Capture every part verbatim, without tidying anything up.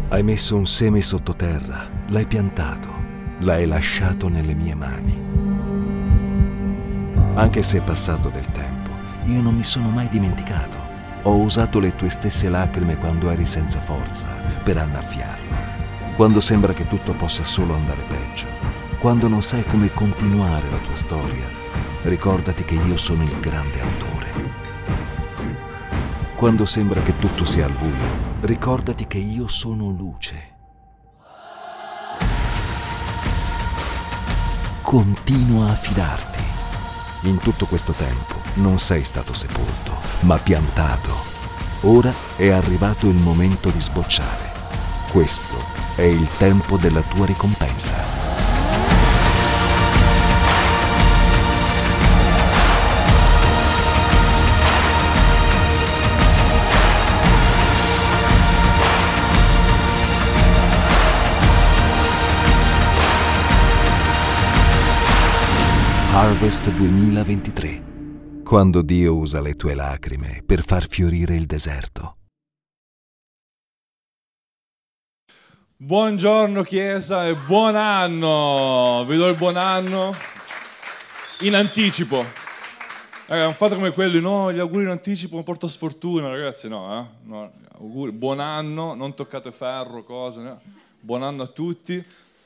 Hai messo un seme sottoterra, l'hai piantato, l'hai lasciato nelle mie mani. Anche se è passato del tempo, io non mi sono mai dimenticato. Ho usato le tue stesse lacrime quando eri senza forza per annaffiarlo. Quando sembra che tutto possa solo andare peggio. Quando non sai come continuare la tua storia, ricordati che io sono il grande autore. Quando sembra che tutto sia al buio, ricordati che io sono luce. Continua a fidarti. In tutto questo tempo non sei stato sepolto, ma piantato. Ora è arrivato il momento di sbocciare. Questo è il tempo della tua ricompensa. Harvest duemilaventitré, quando Dio usa le tue lacrime per far fiorire il deserto. Buongiorno Chiesa e buon anno! Vi do il buon anno in anticipo. Eh, non fate come quelli, no, gli auguri in anticipo mi porta sfortuna, ragazzi, no, eh? No, auguri, buon anno, non toccate ferro, cose, no? Buon anno a tutti.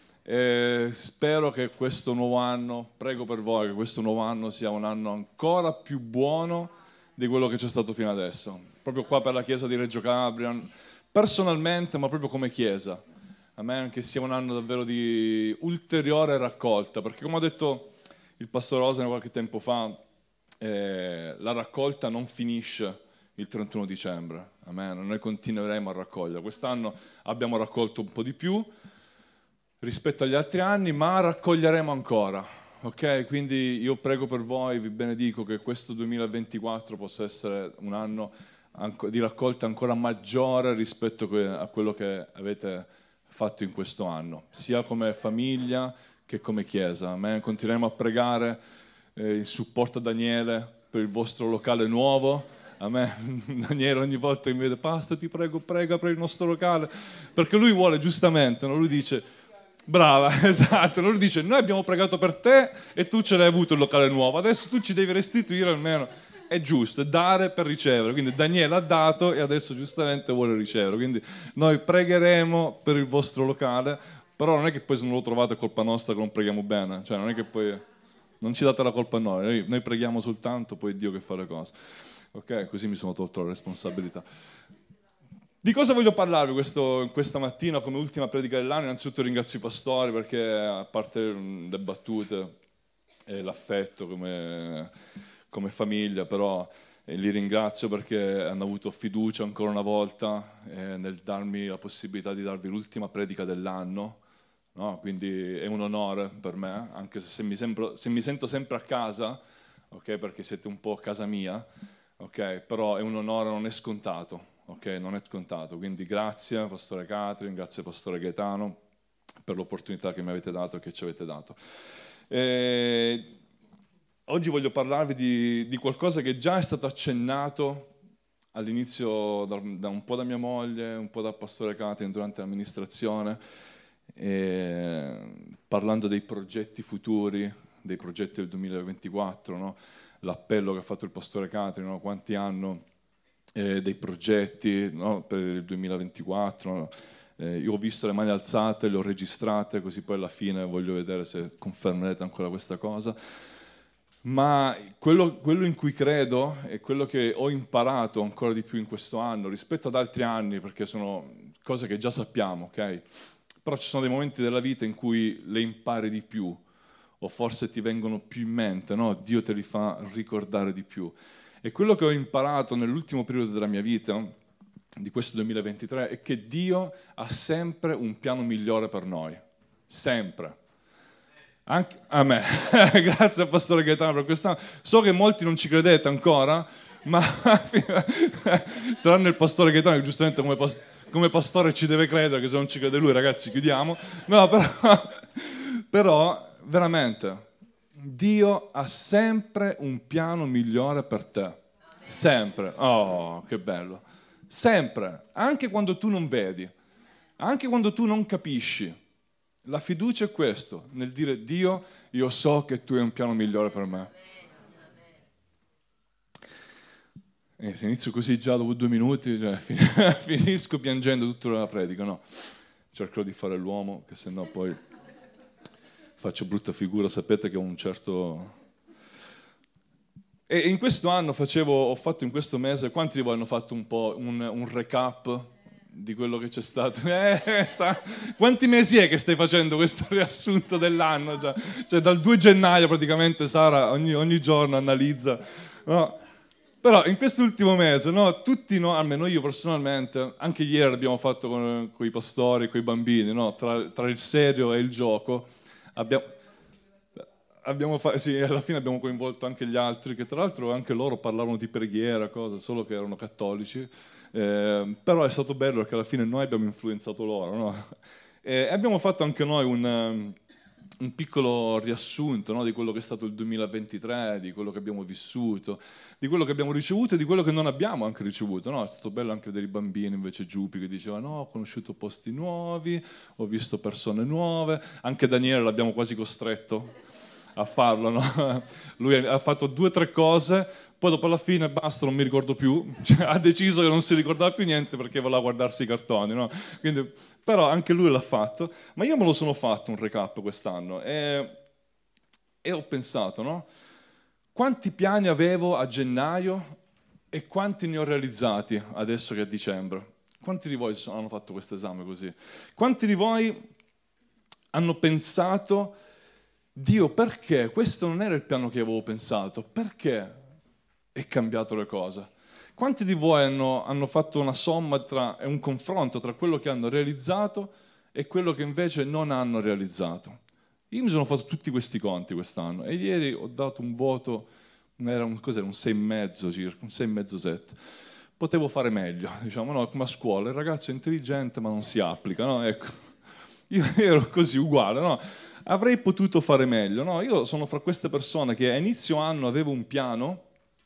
E spero che questo nuovo anno, prego per voi, che questo nuovo anno sia un anno ancora più buono di quello che c'è stato fino adesso. Proprio qua per la Chiesa di Reggio Calabria, personalmente, ma proprio come Chiesa. Amen, che sia un anno davvero di ulteriore raccolta, perché come ha detto il Pastore Osane qualche tempo fa, eh, la raccolta non finisce il trentuno dicembre. Amen, noi continueremo a raccogliere. Quest'anno abbiamo raccolto un po' di più rispetto agli altri anni, ma raccoglieremo ancora, ok? Quindi io prego per voi, vi benedico che questo duemilaventiquattro possa essere un anno di raccolta ancora maggiore rispetto a quello che avete fatto in questo anno, sia come famiglia che come Chiesa. Amen. Continueremo a pregare eh, il supporto a Daniele per il vostro locale nuovo. Amen. Daniele ogni volta che mi vede, Pastor, ti prego, prega per il nostro locale, perché lui vuole giustamente, no? Lui dice... Brava, esatto, lui dice noi abbiamo pregato per te e tu ce l'hai avuto il locale nuovo, adesso tu ci devi restituire almeno, è giusto, è dare per ricevere, quindi Daniele ha dato e adesso giustamente vuole ricevere, quindi noi pregheremo per il vostro locale, però non è che poi se non lo trovate è colpa nostra che non preghiamo bene, cioè non è che poi non ci date la colpa a noi, noi, noi preghiamo soltanto, poi è Dio che fa le cose, ok? Così mi sono tolto la responsabilità. Di cosa voglio parlarvi questo, questa mattina come ultima predica dell'anno? Innanzitutto ringrazio i pastori perché, a parte le battute e l'affetto come, come famiglia, però eh, li ringrazio perché hanno avuto fiducia ancora una volta eh, nel darmi la possibilità di darvi l'ultima predica dell'anno, no? Quindi è un onore per me, anche se, se, mi, sembro, se mi sento sempre a casa, okay? Perché siete un po' a casa mia, okay? Però è un onore, non è scontato. Ok, non è scontato, quindi grazie Pastore Catherine, grazie Pastore Gaetano per l'opportunità che mi avete dato e che ci avete dato. E oggi voglio parlarvi di, di qualcosa che già è stato accennato all'inizio da, da un po' da mia moglie, un po' dal Pastore Catherine durante l'amministrazione, e parlando dei progetti futuri, dei progetti del duemilaventiquattro, no? L'appello che ha fatto il Pastore Catherine, no? Quanti hanno Eh, dei progetti, no, per il duemilaventiquattro, no? eh, io ho visto le mani alzate, le ho registrate, così poi alla fine voglio vedere se confermerete ancora questa cosa, ma quello, quello in cui credo e quello che ho imparato ancora di più in questo anno rispetto ad altri anni, perché sono cose che già sappiamo, ok? Però ci sono dei momenti della vita in cui le impari di più o forse ti vengono più in mente, no? Dio te li fa ricordare di più. E quello che ho imparato nell'ultimo periodo della mia vita, di questo duemilaventitré, è che Dio ha sempre un piano migliore per noi. Sempre. Anche a me. Grazie al Pastore Gaetano per quest'anno. So che molti non ci credete ancora, ma tranne il Pastore Gaetano, che giustamente come, past- come pastore ci deve credere, che se non ci crede lui, ragazzi, chiudiamo. No, però, però veramente... Dio ha sempre un piano migliore per te, sempre. Oh, che bello. Sempre, anche quando tu non vedi. Anche quando tu non capisci, la fiducia è questo, nel dire Dio, io so che tu hai un piano migliore per me. E se inizio così già dopo due minuti, cioè, finisco piangendo tutta la predica, no? Cercherò di fare l'uomo, che sennò poi faccio brutta figura, sapete che ho un certo... E in questo anno facevo, ho fatto in questo mese, quanti di voi hanno fatto un po' un, un recap di quello che c'è stato? Eh, sta, quanti mesi è che stai facendo questo riassunto dell'anno? Cioè, cioè dal due gennaio praticamente Sara ogni, ogni giorno analizza, no? Però in quest'ultimo mese, no, tutti noi, almeno io personalmente, anche ieri abbiamo fatto con, con i pastori, con i bambini, no, tra, tra il serio e il gioco, abbiamo... Abbiamo fa- sì, alla fine abbiamo coinvolto anche gli altri, che tra l'altro anche loro parlavano di preghiera, cose, solo che erano cattolici, eh, però è stato bello perché alla fine noi abbiamo influenzato loro, no? E abbiamo fatto anche noi un, um, un piccolo riassunto, no, di quello che è stato il duemilaventitré, di quello che abbiamo vissuto, di quello che abbiamo ricevuto e di quello che non abbiamo anche ricevuto, no? È stato bello anche vedere i bambini invece giupi che dicevano no, ho conosciuto posti nuovi, ho visto persone nuove, anche Daniele l'abbiamo quasi costretto a farlo, no? Lui ha fatto due o tre cose, poi dopo alla fine basta, non mi ricordo più, cioè, ha deciso che non si ricordava più niente perché voleva guardarsi i cartoni, no? Quindi, però anche lui l'ha fatto, ma io me lo sono fatto un recap quest'anno e, e ho pensato, no? Quanti piani avevo a gennaio e quanti ne ho realizzati adesso che è dicembre? Quanti di voi hanno fatto questo esame così? Quanti di voi hanno pensato Dio, perché questo non era il piano che avevo pensato? Perché è cambiato le cose? Quanti di voi hanno, hanno fatto una somma tra, e un confronto tra quello che hanno realizzato e quello che invece non hanno realizzato? Io mi sono fatto tutti questi conti quest'anno e ieri ho dato un voto, era un, cos'era, un sei e mezzo circa, un sei e mezzo sette. Potevo fare meglio, diciamo, no? Come a scuola, il ragazzo è intelligente ma non si applica, no? Ecco, io ero così uguale, no? Avrei potuto fare meglio, no? Io sono fra queste persone che a inizio anno avevo un piano,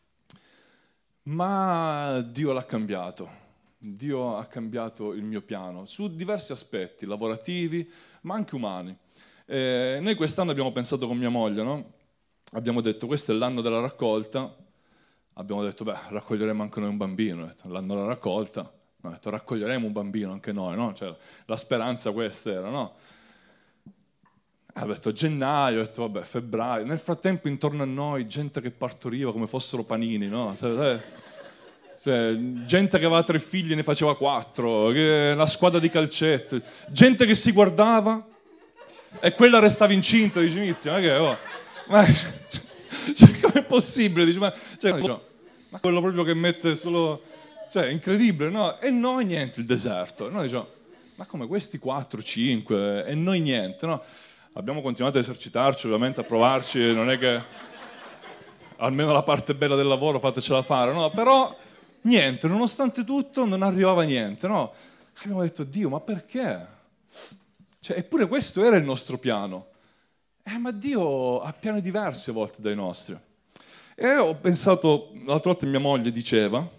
ma Dio l'ha cambiato. Dio ha cambiato il mio piano su diversi aspetti, lavorativi, ma anche umani. Eh, noi quest'anno abbiamo pensato con mia moglie, no? Abbiamo detto, questo è l'anno della raccolta. Abbiamo detto, beh, raccoglieremo anche noi un bambino. Detto, l'anno della raccolta. Ho detto, raccoglieremo un bambino anche noi, no? Cioè, la speranza questa era, no? Ho detto gennaio, ho detto vabbè, febbraio. Nel frattempo intorno a noi gente che partoriva come fossero panini, no? Cioè, cioè, gente che aveva tre figli e ne faceva quattro, che, la squadra di calcetto, gente che si guardava e quella restava incinta, dice inizio, ma che oh, ma cioè, com'è possibile? Dice, ma, cioè, no, ma quello proprio che mette solo, cioè, incredibile, no? E noi niente, il deserto. Noi diciamo, ma come questi quattro, cinque e noi niente, no? Abbiamo continuato ad esercitarci, ovviamente a provarci, non è che almeno la parte bella del lavoro fatecela fare, no? Però niente, nonostante tutto non arrivava niente, no? Abbiamo detto, Dio, ma perché? Cioè, eppure questo era il nostro piano. Eh, ma Dio ha piani diversi a volte dai nostri. E ho pensato, l'altra volta mia moglie diceva,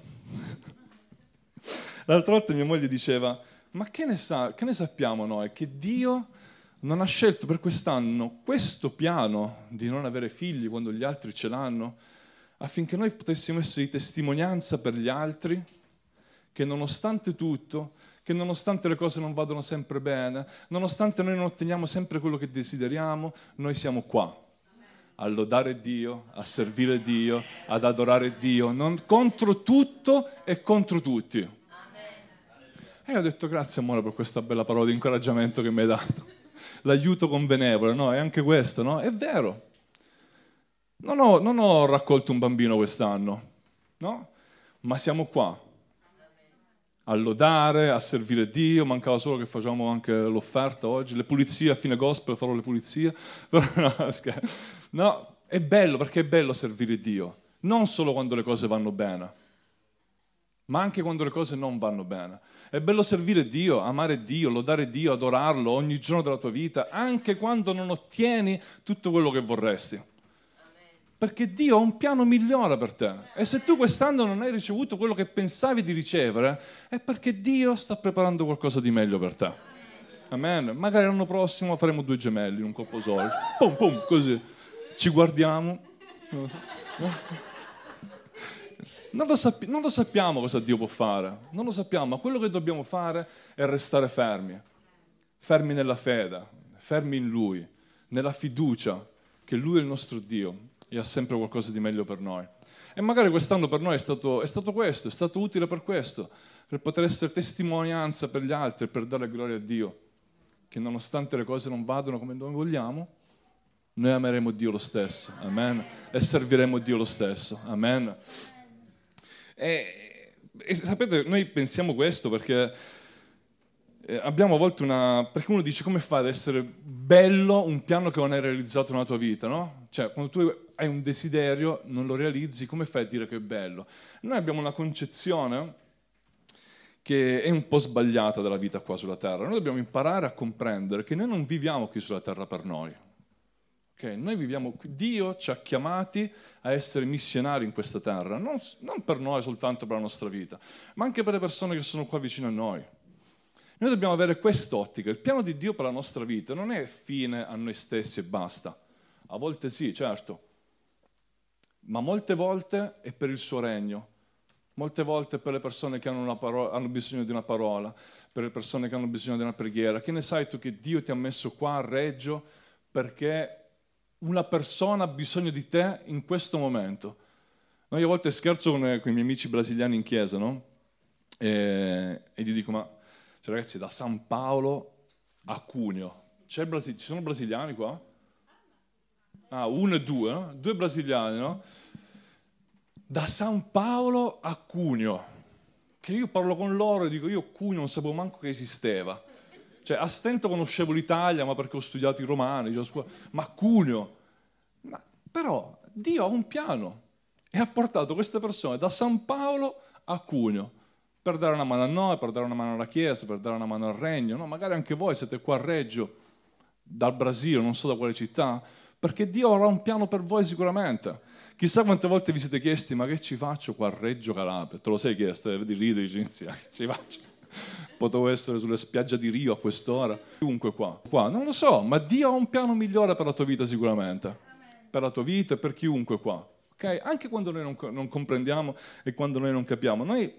l'altra volta mia moglie diceva, ma che ne, sa, che ne sappiamo noi? Che Dio non ha scelto per quest'anno questo piano di non avere figli quando gli altri ce l'hanno, affinché noi potessimo essere di testimonianza per gli altri, che nonostante tutto, che nonostante le cose non vadano sempre bene, nonostante noi non otteniamo sempre quello che desideriamo, noi siamo qua, a lodare Dio, a servire Dio, ad adorare Dio, non contro tutto e contro tutti. E io ho detto grazie amore per questa bella parola di incoraggiamento che mi hai dato. L'aiuto convenevole, no? È anche questo, no? È vero. Non ho, non ho raccolto un bambino quest'anno, no? Ma siamo qua a lodare, a servire Dio. Mancava solo che facciamo anche l'offerta oggi, le pulizie a fine gospel, farò le pulizie. Però no, no, è bello perché è bello servire Dio, non solo quando le cose vanno bene, ma anche quando le cose non vanno bene. È bello servire Dio, amare Dio, lodare Dio, adorarlo ogni giorno della tua vita, anche quando non ottieni tutto quello che vorresti. Perché Dio ha un piano migliore per te. E se tu quest'anno non hai ricevuto quello che pensavi di ricevere, è perché Dio sta preparando qualcosa di meglio per te. Amen. Magari l'anno prossimo faremo due gemelli in un colpo solo. Pum, pum, così. Ci guardiamo. Non lo so. Non lo, sappi- non lo sappiamo cosa Dio può fare. Non lo sappiamo, ma quello che dobbiamo fare è restare fermi. Fermi nella fede, fermi in Lui, nella fiducia che Lui è il nostro Dio e ha sempre qualcosa di meglio per noi. E magari quest'anno per noi è stato, è stato questo, è stato utile per questo, per poter essere testimonianza per gli altri, per dare gloria a Dio, che nonostante le cose non vadano come noi vogliamo, noi ameremo Dio lo stesso, amen, e serviremo Dio lo stesso, amen. E, e sapete, noi pensiamo questo perché abbiamo a volte una... perché uno dice come fai ad essere bello un piano che non hai realizzato nella tua vita, no? Cioè, quando tu hai un desiderio, non lo realizzi, come fai a dire che è bello? Noi abbiamo una concezione che è un po' sbagliata della vita qua sulla terra. Noi dobbiamo imparare a comprendere che noi non viviamo qui sulla terra per noi. Okay? Noi viviamo qui. Dio ci ha chiamati a essere missionari in questa terra, non, non per noi soltanto per la nostra vita, ma anche per le persone che sono qua vicino a noi. Noi dobbiamo avere quest'ottica. Il piano di Dio per la nostra vita non è fine a noi stessi e basta. A volte sì, certo, ma molte volte è per il suo regno. Molte volte per le persone che hanno, una parola, hanno bisogno di una parola, per le persone che hanno bisogno di una preghiera. Che ne sai tu che Dio ti ha messo qua a Reggio perché una persona ha bisogno di te in questo momento? No, io a volte scherzo con, con i miei amici brasiliani in chiesa, no? E, e gli dico, ma cioè, ragazzi, da San Paolo a Cuneo, c'è il Brasi- ci sono brasiliani qua? Ah, uno e due, no? Due brasiliani, no? Da San Paolo a Cuneo, che io parlo con loro e dico, io Cuneo non sapevo manco che esisteva. Cioè, a stento conoscevo l'Italia, ma perché ho studiato i romani, cioè, scuola, ma Cuneo. Ma, però Dio ha un piano e ha portato queste persone da San Paolo a Cuneo per dare una mano a noi, per dare una mano alla Chiesa, per dare una mano al Regno. No? Magari anche voi siete qua a Reggio, dal Brasile, non so da quale città, perché Dio avrà un piano per voi sicuramente. Chissà quante volte vi siete chiesti, ma che ci faccio qua a Reggio Calabria? Te lo sei chiesto, vedi ridi, dici, che ci faccio? Potevo essere sulle spiagge di Rio a quest'ora. Chiunque qua. qua. Non lo so, ma Dio ha un piano migliore per la tua vita sicuramente. Amen. Per la tua vita e per chiunque qua. Okay? Anche quando noi non, non comprendiamo e quando noi non capiamo. Noi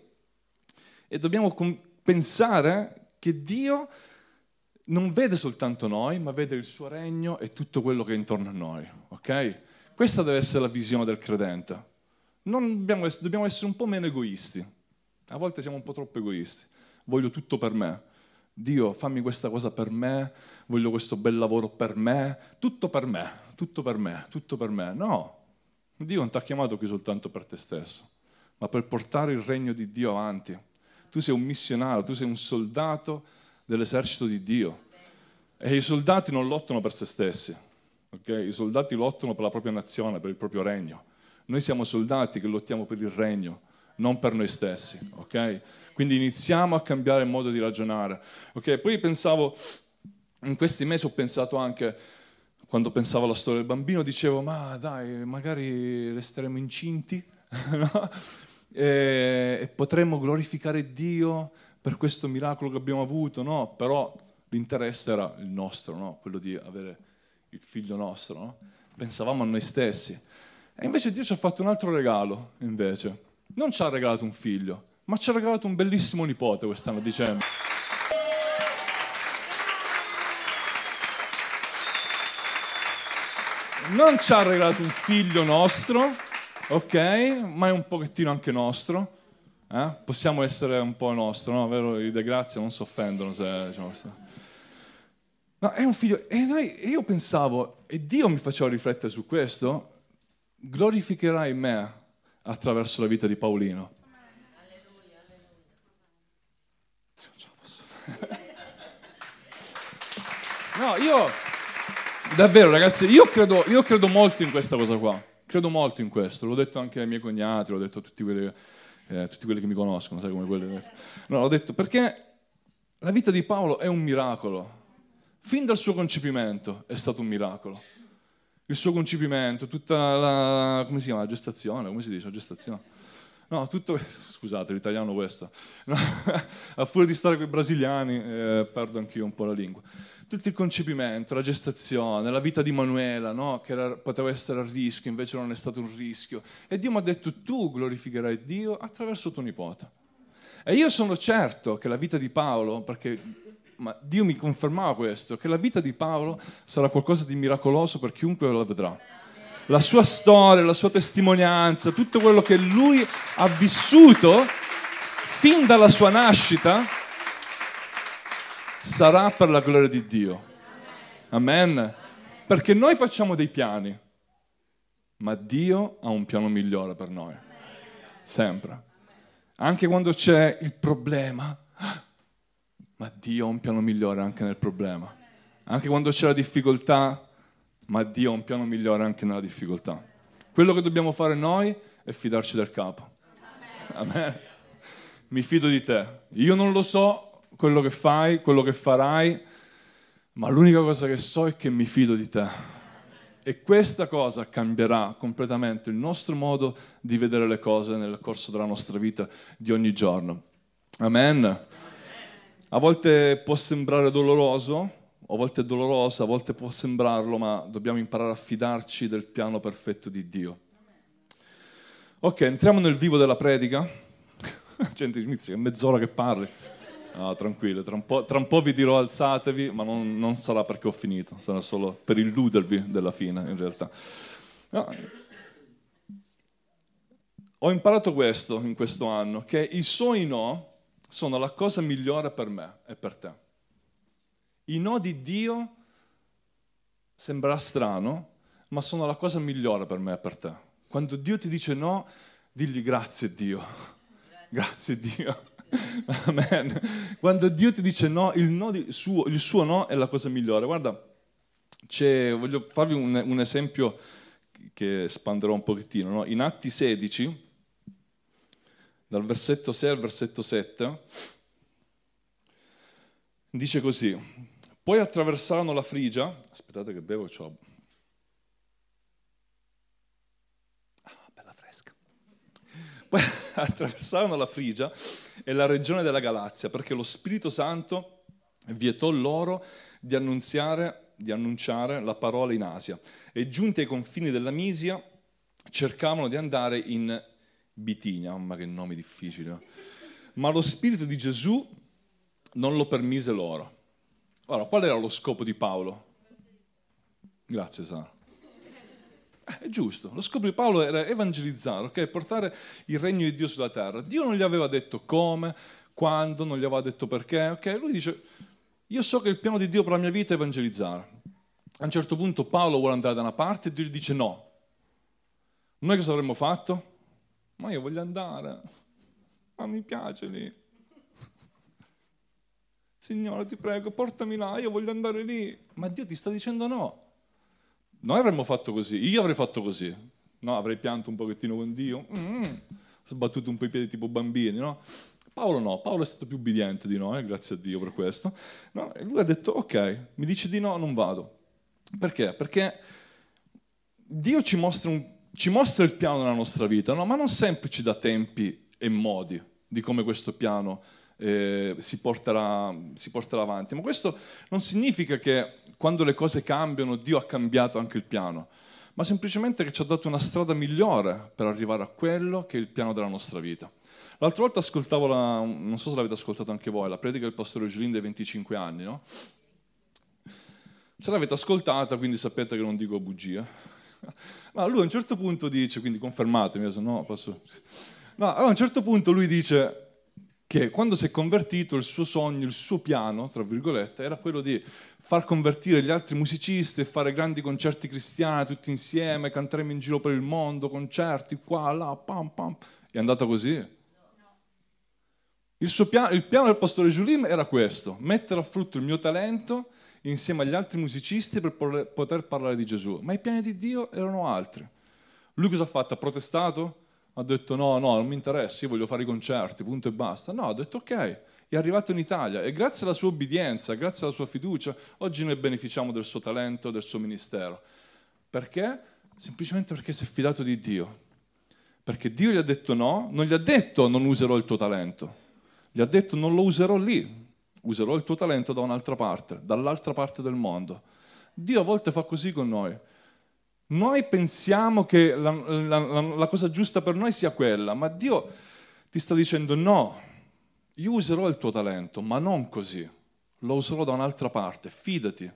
e dobbiamo com- pensare che Dio non vede soltanto noi, ma vede il suo regno e tutto quello che è intorno a noi. Ok? Questa deve essere la visione del credente. Non dobbiamo, essere, dobbiamo essere un po' meno egoisti. A volte siamo un po' troppo egoisti. Voglio tutto per me. Dio, fammi questa cosa per me, voglio questo bel lavoro per me, tutto per me, tutto per me, tutto per me. No, Dio non ti ha chiamato qui soltanto per te stesso, ma per portare il regno di Dio avanti. Tu sei un missionario, tu sei un soldato dell'esercito di Dio. E i soldati non lottano per se stessi. Okay? I soldati lottano per la propria nazione, per il proprio regno. Noi siamo soldati che lottiamo per il regno, non per noi stessi. Okay? Quindi iniziamo a cambiare il modo di ragionare. Okay? Poi pensavo, in questi mesi ho pensato anche, quando pensavo alla storia del bambino, dicevo, ma dai, magari resteremo incinti, no? e, e potremmo glorificare Dio per questo miracolo che abbiamo avuto, no? Però l'interesse era il nostro, no? Quello di avere il figlio nostro, no? Pensavamo a noi stessi. E invece Dio ci ha fatto un altro regalo, invece. Non ci ha regalato un figlio, ma ci ha regalato un bellissimo nipote quest'anno a dicembre. Non ci ha regalato un figlio nostro, ok? Ma è un pochettino anche nostro. Eh? Possiamo essere un po' nostro, no? Vero? I De Grazia non si offendono se diciamo questo. No, è un figlio. E noi, io pensavo, e Dio mi faceva riflettere su questo, glorificherai me attraverso la vita di Paolino. Alleluia, alleluia. No, io, davvero ragazzi, io credo, io credo molto in questa cosa qua, credo molto in questo, l'ho detto anche ai miei cognati, l'ho detto a tutti quelli, eh, tutti quelli che mi conoscono, sai come quelli. No, l'ho detto perché la vita di Paolo è un miracolo. Fin dal suo concepimento è stato un miracolo. Il suo concepimento, tutta la, come si chiama, la gestazione, come si dice, la gestazione? No, tutto, scusate, l'italiano questo, no, a furia di stare con i brasiliani, eh, perdo anch'io un po' la lingua. Tutto il concepimento, la gestazione, la vita di Manuela, no? Che era, poteva essere a rischio, invece non è stato un rischio. E Dio mi ha detto, tu glorificherai Dio attraverso tuo nipote. E io sono certo che la vita di Paolo, perché ma Dio mi confermava questo, che la vita di Paolo sarà qualcosa di miracoloso per chiunque la vedrà. La sua storia, la sua testimonianza, tutto quello che lui ha vissuto fin dalla sua nascita sarà per la gloria di Dio. Amen. Perché noi facciamo dei piani, ma Dio ha un piano migliore per noi. Sempre. Anche quando c'è il problema, ma Dio ha un piano migliore anche nel problema. Anche quando c'è la difficoltà, ma Dio ha un piano migliore anche nella difficoltà. Quello che dobbiamo fare noi è fidarci del capo. Amen. Mi fido di te. Io non lo so quello che fai, quello che farai, ma l'unica cosa che so è che mi fido di te. E questa cosa cambierà completamente il nostro modo di vedere le cose nel corso della nostra vita di ogni giorno. Amen. A volte può sembrare doloroso, a volte è dolorosa, a volte può sembrarlo, ma dobbiamo imparare a fidarci del piano perfetto di Dio. Ok, entriamo nel vivo della predica. Gente, inizia, è mezz'ora che parli. No, tranquillo, tra un po', tra un po' vi dirò alzatevi, ma non, non sarà perché ho finito, sarà solo per illudervi della fine, in realtà. No. Ho imparato questo in questo anno, che i suoi no sono la cosa migliore per me e per te. I no di Dio sembra strano, ma sono la cosa migliore per me e per te. Quando Dio ti dice no, digli grazie Dio. Grazie Dio. Amen. Quando Dio ti dice no, il, no di suo, il suo no è la cosa migliore. Guarda, c'è, voglio farvi un, un esempio che espanderò un pochettino. No? In Atti sedici, dal versetto sei al versetto sette, dice così. Poi attraversarono la Frigia, aspettate che bevo, c'ho... Ah, bella fresca. Poi attraversarono la Frigia e la regione della Galazia, perché lo Spirito Santo vietò loro di annunziare, di annunciare la parola in Asia. E giunti ai confini della Misia, cercavano di andare in Bitinia, mamma che nome difficile. Ma lo Spirito di Gesù non lo permise loro. Allora, qual era lo scopo di Paolo? Grazie Sara. Eh, è giusto, lo scopo di Paolo era evangelizzare, ok? Portare il regno di Dio sulla terra. Dio non gli aveva detto come, quando, non gli aveva detto perché, ok? Lui dice, io so che il piano di Dio per la mia vita è evangelizzare. A un certo punto Paolo vuole andare da una parte e Dio gli dice no. Noi cosa avremmo fatto? Ma io voglio andare, ma mi piace lì. Signore, ti prego, portami là, io voglio andare lì. Ma Dio ti sta dicendo no. Noi avremmo fatto così, io avrei fatto così. No, avrei pianto un pochettino con Dio, mm, sbattuto un po' i piedi tipo bambini, no? Paolo no, Paolo è stato più ubbidiente di noi, grazie a Dio per questo. No? E lui ha detto, ok, mi dice di no, non vado. Perché? Perché Dio ci mostra, un, ci mostra il piano nella nostra vita, no? Ma non sempre ci dà tempi e modi di come questo piano Eh, si, porterà, si porterà avanti. Ma questo non significa che quando le cose cambiano Dio ha cambiato anche il piano, ma semplicemente che ci ha dato una strada migliore per arrivare a quello che è il piano della nostra vita. L'altra volta ascoltavo, la, non so se l'avete ascoltato anche voi, la predica del pastore Giulin dei venticinque anni, no? Se l'avete ascoltata, quindi sapete che non dico bugie. Ma lui a un certo punto dice, quindi confermatemi, se no posso... No, allora a un certo punto lui dice che quando si è convertito il suo sogno, il suo piano, tra virgolette, era quello di far convertire gli altri musicisti e fare grandi concerti cristiani tutti insieme, canteremo in giro per il mondo, concerti qua, là, pam, pam. È andata così? Il, suo piano, il piano del pastore Giulin era questo, mettere a frutto il mio talento insieme agli altri musicisti per poter parlare di Gesù. Ma i piani di Dio erano altri. Lui cosa ha fatto? Ha protestato? Ha detto no, no, non mi interessa, io voglio fare i concerti, punto e basta. No, ha detto ok, è arrivato in Italia e grazie alla sua obbedienza, grazie alla sua fiducia, oggi noi beneficiamo del suo talento, del suo ministero. Perché? Semplicemente perché si è fidato di Dio. Perché Dio gli ha detto no, non gli ha detto non userò il tuo talento, gli ha detto non lo userò lì, userò il tuo talento da un'altra parte, dall'altra parte del mondo. Dio a volte fa così con noi. Noi pensiamo che la, la, la, la cosa giusta per noi sia quella, ma Dio ti sta dicendo no, io userò il tuo talento, ma non così, lo userò da un'altra parte, fidati.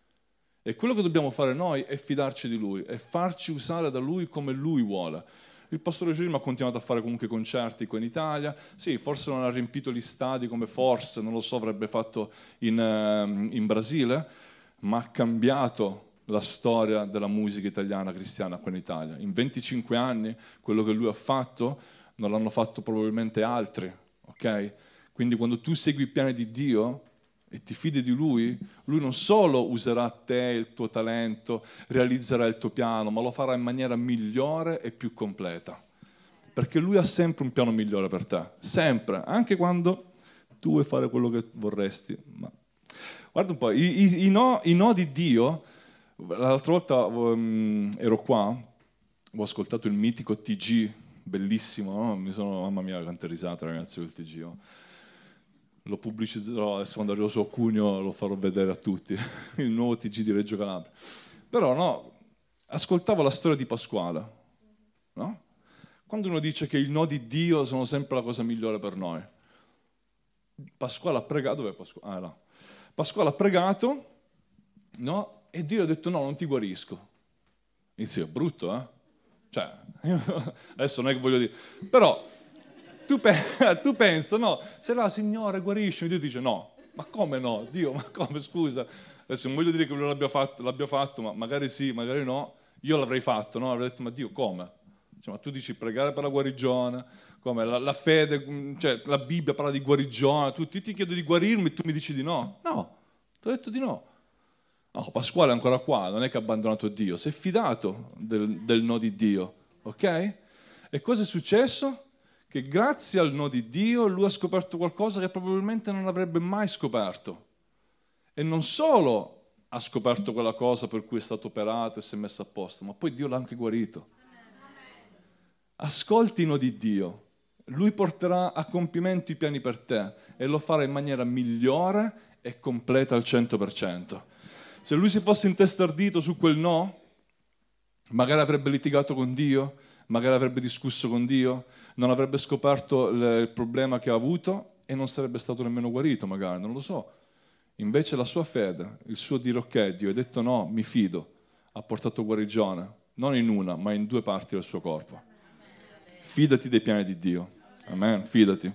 E quello che dobbiamo fare noi è fidarci di Lui, è farci usare da Lui come Lui vuole. Il pastore Girim ha continuato a fare comunque concerti qua in Italia, sì, forse non ha riempito gli stadi come forse, non lo so, avrebbe fatto in, in Brasile, ma ha cambiato la storia della musica italiana cristiana qua in Italia. In venticinque anni quello che lui ha fatto non l'hanno fatto probabilmente altri, ok? Quindi quando tu segui i piani di Dio e ti fidi di Lui, Lui non solo userà te, il tuo talento, realizzerà il tuo piano, ma lo farà in maniera migliore e più completa. Perché Lui ha sempre un piano migliore per te, sempre, anche quando tu vuoi fare quello che vorresti. Ma... Guarda un po', i, i, i, no, i no di Dio, l'altra volta um, ero qua, ho ascoltato il mitico T G, bellissimo, no? Mi sono, mamma mia, quante risate ragazzi quel T G. Oh. Lo pubblicizzerò, adesso quando arrivo su a Cuneo lo farò vedere a tutti, il nuovo T G di Reggio Calabria. Però no, ascoltavo la storia di Pasquale, no? Quando uno dice che i no di Dio sono sempre la cosa migliore per noi. Pasquale ha pregato, dov'è Pasquale? Ah, là. Pasquale ha pregato, no? E Dio ha detto no, non ti guarisco. Inizio, è brutto, eh? Cioè, adesso non è che voglio dire, però tu, pe- tu pensa, no, se la Signore guarisce, Dio dice no, ma come no? Dio, ma come, scusa? Adesso non voglio dire che lui l'abbia fatto, l'abbia fatto, ma magari sì, magari no, io l'avrei fatto, no? Avrei detto, ma Dio, come? Cioè, ma tu dici pregare per la guarigione, come? La, la fede, cioè la Bibbia parla di guarigione, tu ti, ti chiedo di guarirmi e tu mi dici di no? No, ti ho detto di no. No, Pasquale è ancora qua, non è che ha abbandonato Dio, si è fidato del, del no di Dio, ok? E cosa è successo? Che grazie al no di Dio lui ha scoperto qualcosa che probabilmente non avrebbe mai scoperto. E non solo ha scoperto quella cosa per cui è stato operato e si è messo a posto, ma poi Dio l'ha anche guarito. Ascolti i no di Dio, lui porterà a compimento i piani per te e lo farà in maniera migliore e completa al cento per cento. Se lui si fosse intestardito su quel no, magari avrebbe litigato con Dio, magari avrebbe discusso con Dio, non avrebbe scoperto il problema che ha avuto e non sarebbe stato nemmeno guarito, magari, non lo so. Invece la sua fede, il suo dire ok, Dio, hai detto no, mi fido, ha portato guarigione, non in una, ma in due parti del suo corpo. Fidati dei piani di Dio. Amen, fidati.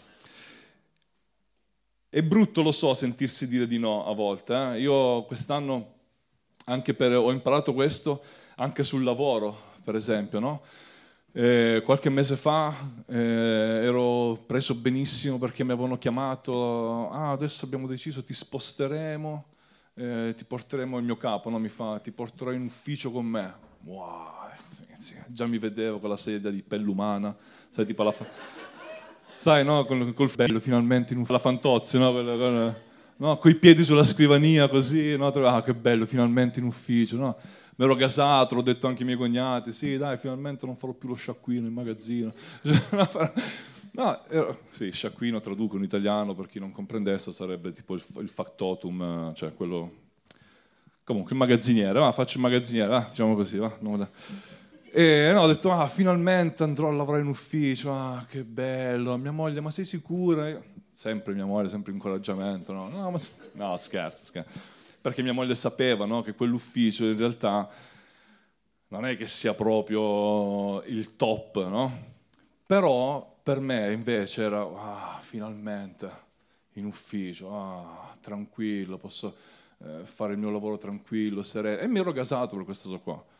È brutto, lo so, sentirsi dire di no a volte. Eh? Io quest'anno anche per, ho imparato questo anche sul lavoro, per esempio, no? Eh, qualche mese fa eh, ero preso benissimo perché mi avevano chiamato, ah, adesso abbiamo deciso, ti sposteremo, eh, ti porteremo il mio capo, no? Mi fa, ti porterò in ufficio con me. Wow, già mi vedevo con la sedia di pelle umana, sai, tipo la fa... sai, no, col, col bello finalmente in ufficio, la Fantozzi, no, con, con, no, coi piedi sulla scrivania così, no? Ah, che bello, finalmente in ufficio, no? Mi ero gasato, l'ho detto anche ai miei cognati, sì dai, finalmente non farò più lo sciacquino in magazzino. No, ero, sì, sciacquino traduco in italiano, per chi non comprendesse sarebbe tipo il, il factotum, cioè quello, comunque il magazziniere, va, faccio il magazziniere, va, diciamo così, va. No, e no, ho detto, ah, finalmente andrò a lavorare in ufficio, ah, che bello, mia moglie, ma sei sicura? Io, sempre mia moglie, sempre incoraggiamento, no, no, ma, no scherzo, scherzo. Perché mia moglie sapeva, no, che quell'ufficio in realtà non è che sia proprio il top, no? Però per me invece era, ah, finalmente in ufficio, ah, tranquillo, posso eh, fare il mio lavoro tranquillo, sereno. E mi ero gasato per questa cosa qua.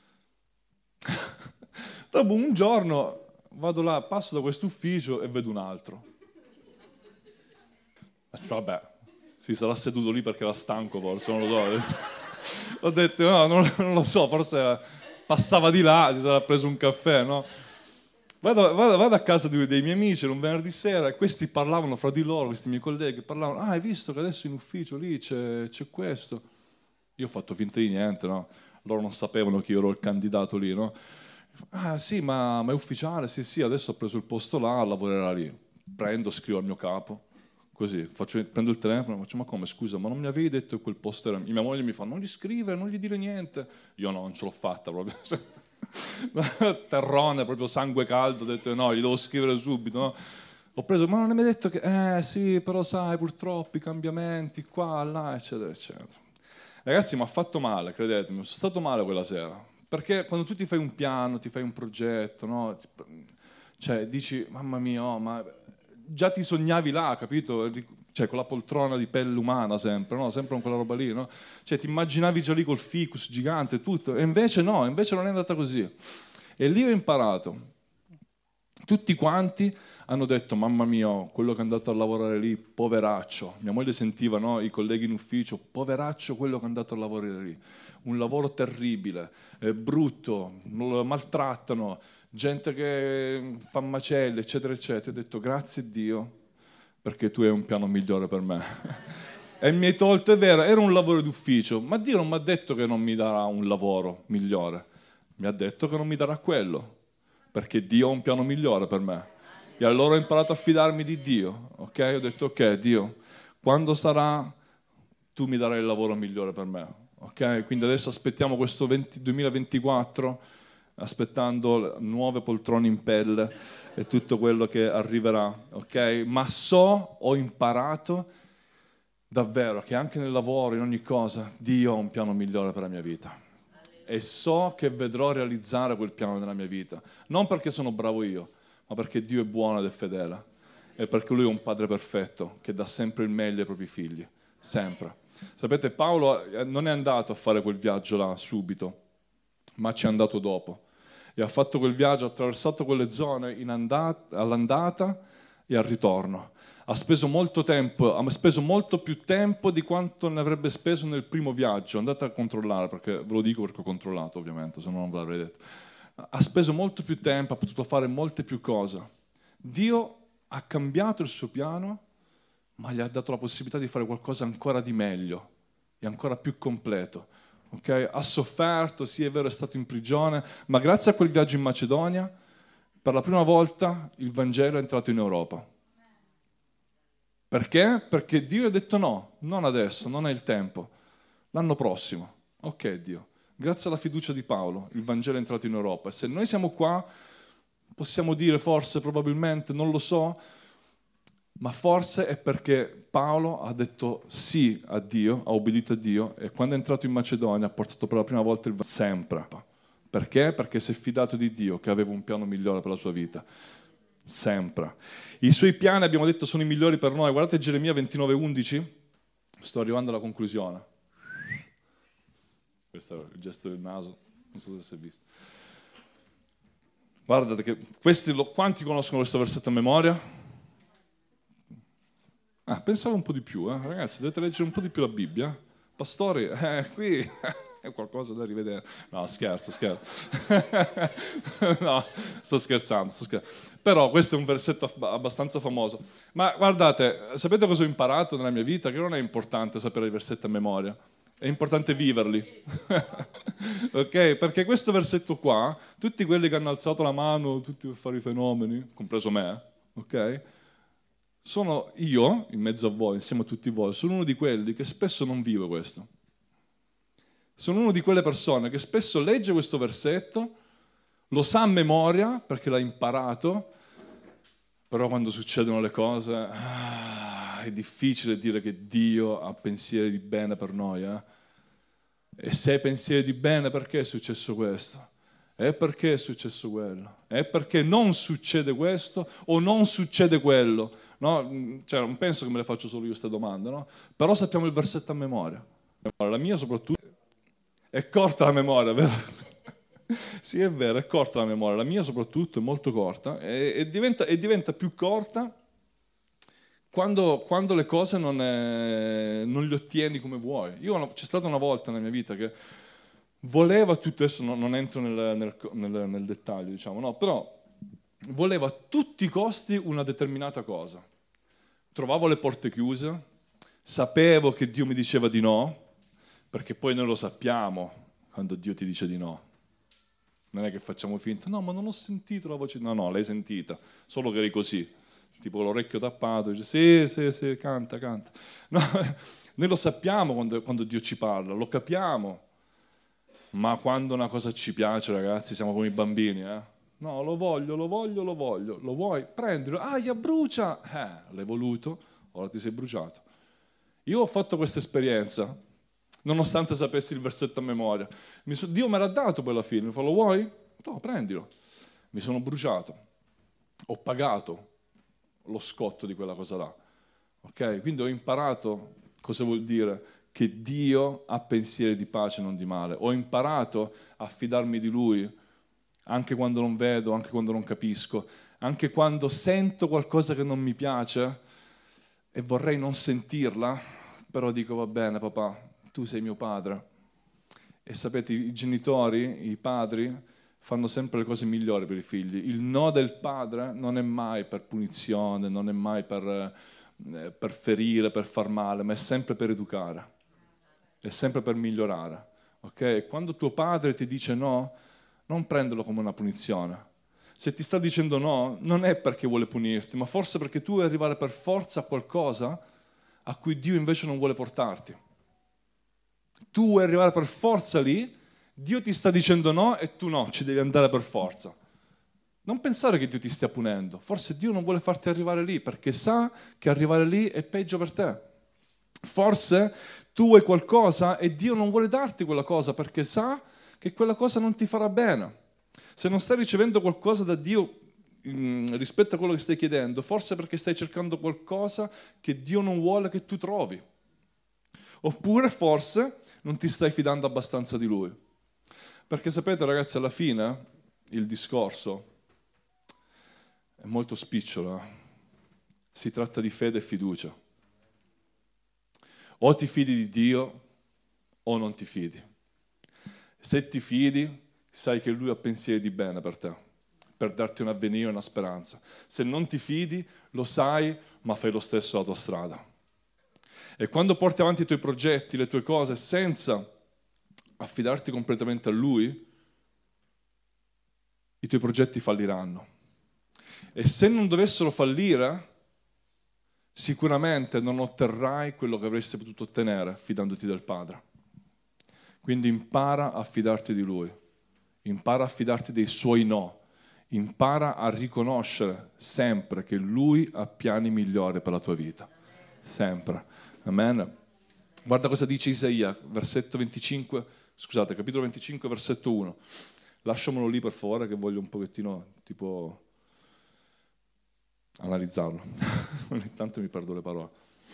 Dopo un giorno vado là, passo da questo ufficio e vedo un altro. Vabbè, si sarà seduto lì perché era stanco, forse, non lo so. Ho detto, no, non, non lo so, forse passava di là, si sarà preso un caffè, no? Vado, vado, vado a casa di, dei miei amici, era un venerdì sera, e questi parlavano fra di loro, questi miei colleghi, parlavano, ah, hai visto che adesso in ufficio lì c'è, c'è questo? Io ho fatto finta di niente, no? Loro non sapevano che io ero il candidato lì, no? Ah sì, ma, ma è ufficiale? Sì, sì, adesso ho preso il posto là, lavorerà lì. Prendo, scrivo al mio capo, così, faccio, prendo il telefono, faccio, ma come, scusa, ma non mi avevi detto che quel posto era... Mia moglie mi fa, non gli scrivere, non gli dire niente. Io no, non ce l'ho fatta proprio. Terrone, proprio sangue caldo, ho detto no, gli devo scrivere subito, no? Ho preso, ma non hai mai detto che... Eh sì, però sai, purtroppo i cambiamenti qua, là, eccetera, eccetera. Ragazzi, mi ha fatto male, credetemi, sono stato male quella sera. Perché quando tu ti fai un piano, ti fai un progetto, no? Cioè, dici, mamma mia, oh, ma già ti sognavi là, capito? Cioè, con la poltrona di pelle umana sempre, no? Sempre con quella roba lì, no? Cioè, ti immaginavi già lì col ficus gigante, tutto. E invece no, invece non è andata così. E lì ho imparato. Tutti quanti hanno detto, mamma mia, quello che è andato a lavorare lì, poveraccio. Mia moglie sentiva, no, i colleghi in ufficio, poveraccio quello che è andato a lavorare lì. Un lavoro terribile, eh, brutto, lo maltrattano, gente che fa macelli, eccetera, eccetera. Ho detto, grazie Dio, perché tu hai un piano migliore per me. E mi hai tolto, è vero, era un lavoro d'ufficio, ma Dio non mi ha detto che non mi darà un lavoro migliore. Mi ha detto che non mi darà quello, perché Dio ha un piano migliore per me. E allora ho imparato a fidarmi di Dio, ok? Ho detto, ok, Dio, quando sarà, tu mi darai il lavoro migliore per me, ok? Quindi adesso aspettiamo questo venti duemilaventiquattro, aspettando nuove poltrone in pelle e tutto quello che arriverà, ok? Ma so, ho imparato davvero che anche nel lavoro, in ogni cosa, Dio ha un piano migliore per la mia vita. E so che vedrò realizzare quel piano nella mia vita. Non perché sono bravo io, ma perché Dio è buono ed è fedele. E perché Lui è un padre perfetto che dà sempre il meglio ai propri figli. Sempre. Sapete, Paolo non è andato a fare quel viaggio là subito, ma ci è andato dopo. E ha fatto quel viaggio, ha attraversato quelle zone in andata, all'andata e al ritorno. Ha speso molto tempo, ha speso molto più tempo di quanto ne avrebbe speso nel primo viaggio. Andate a controllare, perché ve lo dico perché ho controllato ovviamente, se no non ve l'avrei detto. Ha speso molto più tempo, ha potuto fare molte più cose. Dio ha cambiato il suo piano, ma gli ha dato la possibilità di fare qualcosa ancora di meglio e ancora più completo. Okay? Ha sofferto, sì è vero, è stato in prigione, ma grazie a quel viaggio in Macedonia, per la prima volta il Vangelo è entrato in Europa. Perché? Perché Dio ha detto no, non adesso, non è il tempo, l'anno prossimo. Ok Dio, grazie alla fiducia di Paolo il Vangelo è entrato in Europa e se noi siamo qua possiamo dire forse, probabilmente, non lo so, ma forse è perché Paolo ha detto sì a Dio, ha obbedito a Dio e quando è entrato in Macedonia ha portato per la prima volta il Vangelo sempre. Perché? Perché si è fidato di Dio che aveva un piano migliore per la sua vita. Sempre. I suoi piani, abbiamo detto, sono i migliori per noi. Guardate Geremia ventinove undici. Sto arrivando alla conclusione. Questo è il gesto del naso, non so se si è visto. Guardate che questi, quanti conoscono questo versetto a memoria? Ah, pensavo un po' di più, eh? Ragazzi, dovete leggere un po' di più la Bibbia. Pastori, eh, qui è qualcosa da rivedere. No, scherzo, scherzo. No, sto scherzando, sto scherzando. Però questo è un versetto abbastanza famoso. Ma guardate, sapete cosa ho imparato nella mia vita? Che non è importante sapere i versetti a memoria, è importante viverli. Ok? Perché questo versetto qua, tutti quelli che hanno alzato la mano, tutti per fare i fenomeni, compreso me, ok? Sono io, in mezzo a voi, insieme a tutti voi, sono uno di quelli che spesso non vive questo. Sono una di quelle persone che spesso legge questo versetto, lo sa a memoria perché l'ha imparato, però quando succedono le cose ah, è difficile dire che Dio ha pensieri di bene per noi. Eh? E se hai pensieri di bene, perché è successo questo? E perché è successo quello? E perché non succede questo o non succede quello? No? Cioè, non penso che me le faccio solo io queste domande, no? Però sappiamo il versetto a memoria. La mia soprattutto è corta la memoria, vero? Sì, è vero, è corta la memoria, la mia soprattutto è molto corta e, e, diventa, e diventa più corta quando, quando le cose non, è, non le ottieni come vuoi. Io, c'è stata una volta nella mia vita che voleva tutto, adesso non, non entro nel, nel, nel, nel dettaglio, diciamo, no, però voleva a tutti i costi una determinata cosa. Trovavo le porte chiuse, sapevo che Dio mi diceva di no, perché poi noi lo sappiamo quando Dio ti dice di no. Non è che facciamo finta, no, ma non ho sentito la voce. No, no, l'hai sentita, solo che eri così, tipo l'orecchio tappato, dice sì, sì, sì, canta, canta. No, noi lo sappiamo quando, quando Dio ci parla, lo capiamo, ma quando una cosa ci piace, ragazzi, siamo come i bambini, eh? No, lo voglio, lo voglio, lo voglio, lo vuoi? Prendilo, ah, gli brucia! Eh, l'hai voluto, ora ti sei bruciato. Io ho fatto questa esperienza, nonostante sapessi il versetto a memoria. Mi so, Dio me l'ha dato poi alla fine, mi fa, lo vuoi? No, prendilo. Mi sono bruciato, ho pagato lo scotto di quella cosa là. Ok? Quindi ho imparato cosa vuol dire che Dio ha pensieri di pace, non di male. Ho imparato a fidarmi di Lui, anche quando non vedo, anche quando non capisco, anche quando sento qualcosa che non mi piace e vorrei non sentirla, però dico va bene papà, tu sei mio padre. E sapete, i genitori, i padri, fanno sempre le cose migliori per i figli. Il no del padre non è mai per punizione, non è mai per, eh, per ferire, per far male, ma è sempre per educare, è sempre per migliorare. Okay? Quando tuo padre ti dice no, non prenderlo come una punizione. Se ti sta dicendo no, non è perché vuole punirti, ma forse perché tu vuoi arrivare per forza a qualcosa a cui Dio invece non vuole portarti. Tu vuoi arrivare per forza lì, Dio ti sta dicendo no e tu no, ci devi andare per forza. Non pensare che Dio ti stia punendo, forse Dio non vuole farti arrivare lì perché sa che arrivare lì è peggio per te. Forse tu vuoi qualcosa e Dio non vuole darti quella cosa perché sa che quella cosa non ti farà bene. Se non stai ricevendo qualcosa da Dio mh, rispetto a quello che stai chiedendo, forse perché stai cercando qualcosa che Dio non vuole che tu trovi. Oppure forse non ti stai fidando abbastanza di Lui. Perché sapete ragazzi, alla fine il discorso è molto spicciolo. Eh? Si tratta di fede e fiducia. O ti fidi di Dio o non ti fidi. Se ti fidi, sai che Lui ha pensieri di bene per te, per darti un avvenire e una speranza. Se non ti fidi, lo sai, ma fai lo stesso la tua strada. E quando porti avanti i tuoi progetti, le tue cose, senza affidarti completamente a Lui, i tuoi progetti falliranno. E se non dovessero fallire, sicuramente non otterrai quello che avresti potuto ottenere fidandoti del Padre. Quindi impara a fidarti di Lui, impara a fidarti dei Suoi no, impara a riconoscere sempre che Lui ha piani migliori per la tua vita. Sempre. Amen. Guarda cosa dice Isaia, versetto venticinque, scusate, capitolo venticinque, versetto uno. Lasciamolo lì per favore che voglio un pochettino tipo analizzarlo. Ogni tanto mi perdo le parole.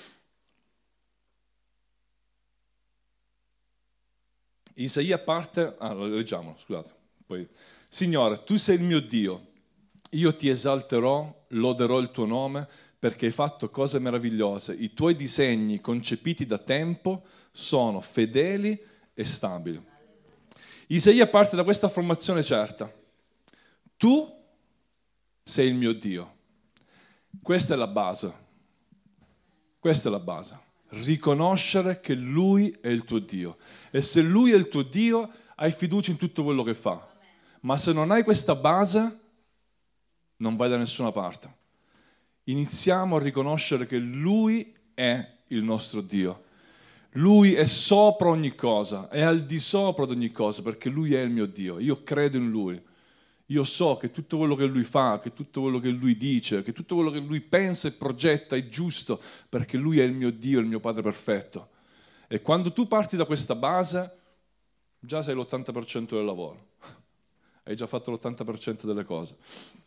Isaia parte, ah, leggiamolo, scusate. Poi, Signore, tu sei il mio Dio, io ti esalterò, loderò il tuo nome, perché hai fatto cose meravigliose. I tuoi disegni concepiti da tempo sono fedeli e stabili. Isaia parte da questa affermazione certa. Tu sei il mio Dio. Questa è la base. Questa è la base. Riconoscere che Lui è il tuo Dio. E se Lui è il tuo Dio, hai fiducia in tutto quello che fa. Ma se non hai questa base, non vai da nessuna parte. Iniziamo a riconoscere che Lui è il nostro Dio. Lui è sopra ogni cosa, è al di sopra di ogni cosa, perché Lui è il mio Dio. Io credo in Lui. Io so che tutto quello che Lui fa, che tutto quello che Lui dice, che tutto quello che Lui pensa e progetta è giusto, perché Lui è il mio Dio, il mio Padre perfetto. E quando tu parti da questa base, già sei l'ottanta per cento del lavoro. Hai già fatto l'ottanta per cento delle cose.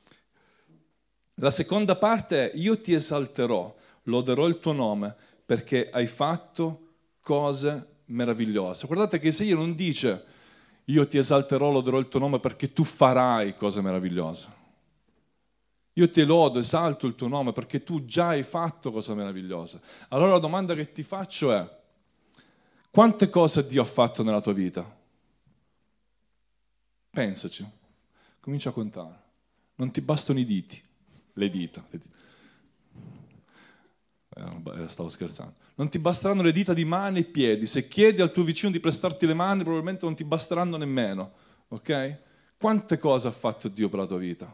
La seconda parte è: io ti esalterò, loderò il tuo nome, perché hai fatto cose meravigliose. Guardate che Isaia non dice: io ti esalterò, loderò il tuo nome perché tu farai cose meravigliose. Io ti lodo, esalto il tuo nome perché tu già hai fatto cose meravigliose. Allora la domanda che ti faccio è: quante cose Dio ha fatto nella tua vita? Pensaci, comincia a contare. Non ti bastano i diti, le dita. Le dita. Eh, stavo scherzando. Non ti basteranno le dita di mani e piedi. Se chiedi al tuo vicino di prestarti le mani, probabilmente non ti basteranno nemmeno. Ok? Quante cose ha fatto Dio per la tua vita?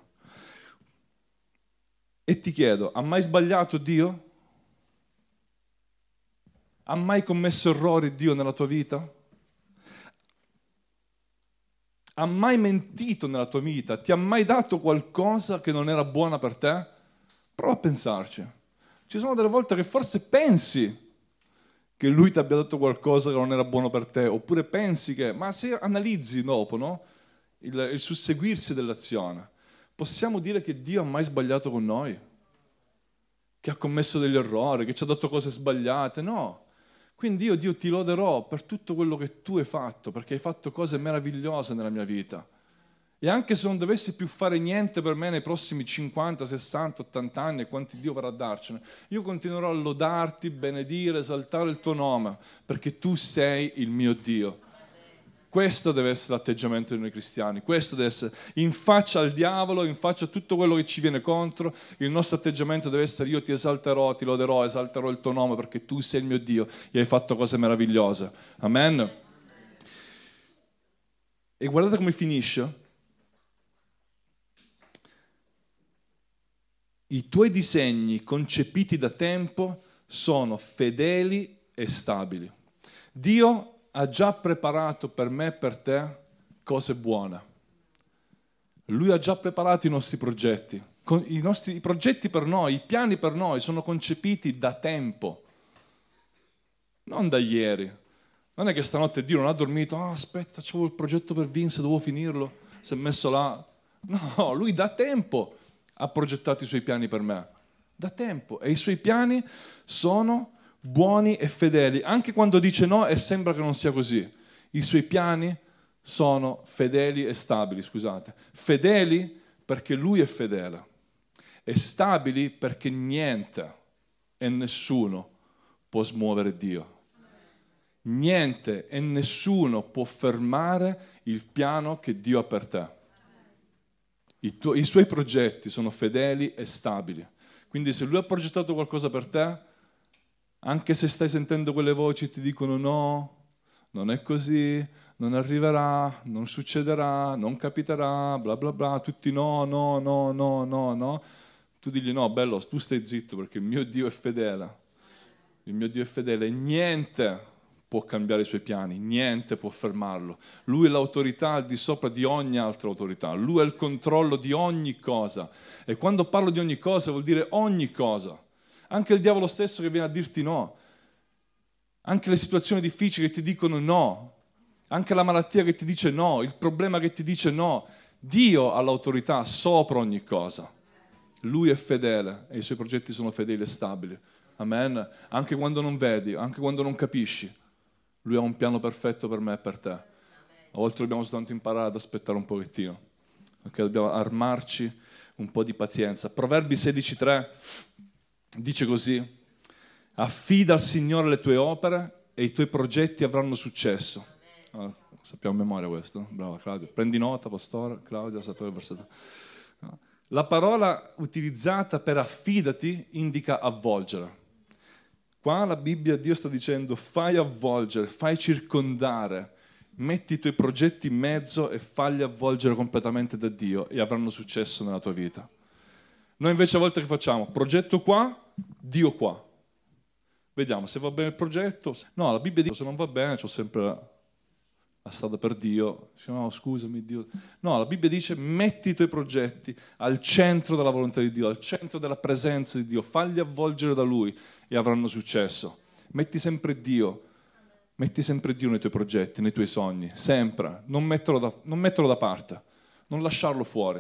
E ti chiedo, ha mai sbagliato Dio? Ha mai commesso errori Dio nella tua vita? Ha mai mentito nella tua vita? Ti ha mai dato qualcosa che non era buona per te? Prova a pensarci. Ci sono delle volte che forse pensi che Lui ti abbia dato qualcosa che non era buono per te, oppure pensi che, ma se analizzi dopo, no? il, il susseguirsi dell'azione, possiamo dire che Dio ha mai sbagliato con noi? Che ha commesso degli errori, che ci ha dato cose sbagliate? No. Quindi io, Dio, ti loderò per tutto quello che tu hai fatto, perché hai fatto cose meravigliose nella mia vita. E anche se non dovessi più fare niente per me nei prossimi cinquanta, sessanta, ottanta anni, e quanti Dio vorrà darcene, io continuerò a lodarti, benedire, esaltare il tuo nome, perché tu sei il mio Dio. Questo deve essere l'atteggiamento di noi cristiani, questo deve essere in faccia al diavolo, in faccia a tutto quello che ci viene contro. Il nostro atteggiamento deve essere: io ti esalterò, ti loderò, esalterò il tuo nome perché tu sei il mio Dio e hai fatto cose meravigliose. Amen. E guardate come finisce. I tuoi disegni concepiti da tempo sono fedeli e stabili. Dio ha già preparato per me e per te cose buone. Lui ha già preparato i nostri progetti. I nostri i progetti per noi, i piani per noi sono concepiti da tempo, non da ieri. Non è che stanotte Dio non ha dormito, ah, aspetta, c'avevo il progetto per Vince, dovevo finirlo, si è messo là. No, Lui da tempo ha progettato i Suoi piani per me. Da tempo. E i Suoi piani sono buoni e fedeli, anche quando dice no e sembra che non sia così. I Suoi piani sono fedeli e stabili, scusate. Fedeli perché Lui è fedele, e stabili perché niente e nessuno può smuovere Dio. Niente e nessuno può fermare il piano che Dio ha per te. I, tu- i Suoi progetti sono fedeli e stabili. Quindi se Lui ha progettato qualcosa per te, anche se stai sentendo quelle voci che ti dicono no, non è così, non arriverà, non succederà, non capiterà, bla bla bla, tutti no, no, no, no, no, no, tu digli no, bello, tu stai zitto perché il mio Dio è fedele, il mio Dio è fedele e niente può cambiare i Suoi piani, niente può fermarlo. Lui è l'autorità al di sopra di ogni altra autorità, Lui ha il controllo di ogni cosa, e quando parlo di ogni cosa vuol dire ogni cosa. Anche il diavolo stesso che viene a dirti no, anche le situazioni difficili che ti dicono no, anche la malattia che ti dice no, il problema che ti dice no. Dio ha l'autorità sopra ogni cosa. Lui è fedele e i Suoi progetti sono fedeli e stabili. Amen. Anche quando non vedi, anche quando non capisci, Lui ha un piano perfetto per me e per te. A volte dobbiamo soltanto imparare ad aspettare un pochettino, perché dobbiamo armarci un po' di pazienza. Proverbi sedici tre dice così: affida al Signore le tue opere e i tuoi progetti avranno successo. Ah, sappiamo a memoria questo? Brava Claudio. Prendi nota, pastore. Claudio, sapeva il versetto. No. La parola utilizzata per affidati indica avvolgere. Qua la Bibbia, Dio sta dicendo: fai avvolgere, fai circondare, metti i tuoi progetti in mezzo e falli avvolgere completamente da Dio e avranno successo nella tua vita. Noi invece a volte che facciamo? Progetto qua, Dio qua. Vediamo se va bene il progetto. No, la Bibbia dice: se non va bene, c'ho sempre la strada per Dio. Dice, no, scusami Dio. No, la Bibbia dice: metti i tuoi progetti al centro della volontà di Dio, al centro della presenza di Dio, falli avvolgere da Lui e avranno successo. Metti sempre Dio, metti sempre Dio nei tuoi progetti, nei tuoi sogni, sempre. Non metterlo da, non metterlo da parte, non lasciarlo fuori.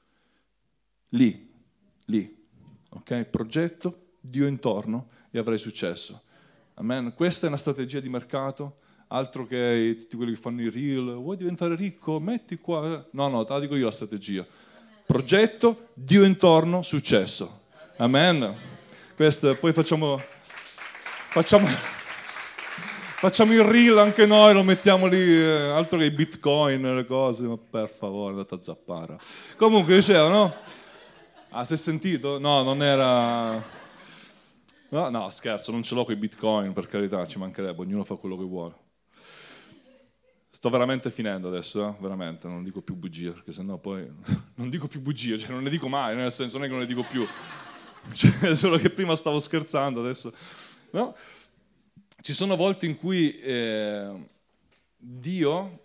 Lì. Lì, ok? Progetto, Dio intorno e avrai successo. Amen. Questa è una strategia di mercato, altro che tutti quelli che fanno i reel. Vuoi diventare ricco? Metti qua. No, no, te la dico io la strategia. Progetto, Dio intorno, successo. Amen. Questo, poi facciamo, facciamo, facciamo il reel anche noi, lo mettiamo lì, eh, altro che i bitcoin, le cose, ma per favore, andate a zappare. Comunque dicevo, no? Ah, si è sentito? No, non era... No, no, scherzo, non ce l'ho con i bitcoin, per carità, ci mancherebbe, ognuno fa quello che vuole. sto veramente finendo adesso, eh? Veramente, non dico più bugie, perché sennò poi non dico più bugie, cioè non ne dico mai, nel senso non è che non ne dico più, cioè, solo che prima stavo scherzando, adesso no? Ci sono volte in cui eh, Dio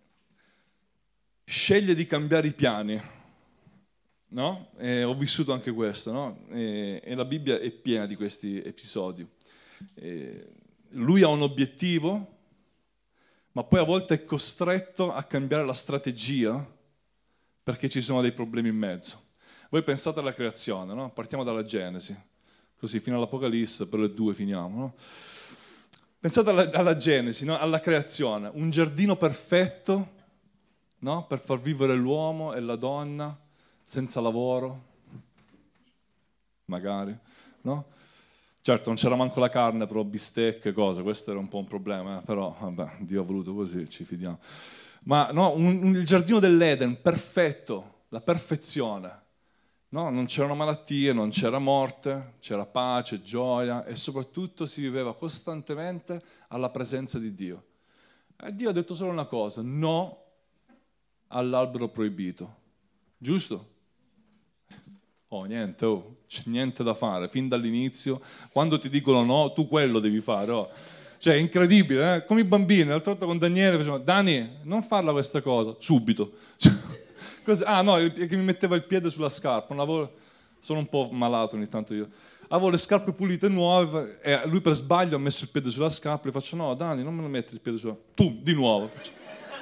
sceglie di cambiare i piani, no? E ho vissuto anche questo, no? E, e la Bibbia è piena di questi episodi. E lui ha un obiettivo, ma poi a volte è costretto a cambiare la strategia perché ci sono dei problemi in mezzo. Voi pensate alla creazione, no? Partiamo dalla Genesi, così fino all'Apocalisse, per le due finiamo, no? Pensate alla, alla Genesi, no? Alla creazione, un giardino perfetto, no? Per far vivere l'uomo e la donna senza lavoro, magari, no? Certo, non c'era manco la carne, però bistecche, cose, questo era un po' un problema, eh? Però vabbè, Dio ha voluto così, ci fidiamo. Ma no, un, un, il giardino dell'Eden, perfetto, la perfezione. No, non c'erano malattie, non c'era morte, c'era pace, gioia e soprattutto si viveva costantemente alla presenza di Dio. E Dio ha detto solo una cosa, no all'albero proibito, giusto? Oh, niente, oh, c'è niente da fare, fin dall'inizio, quando ti dicono no, tu quello devi fare, oh. Cioè, è incredibile, eh? Come i bambini, l'altra volta con Daniele facevano, Dani, non farla questa cosa, subito. Così, ah no, che mi metteva il piede sulla scarpa, non avevo, sono un po' malato ogni tanto io, avevo le scarpe pulite nuove e lui per sbaglio ha messo il piede sulla scarpa, gli faccio no Dani non me lo metti il piede sulla, tu di nuovo, faccio,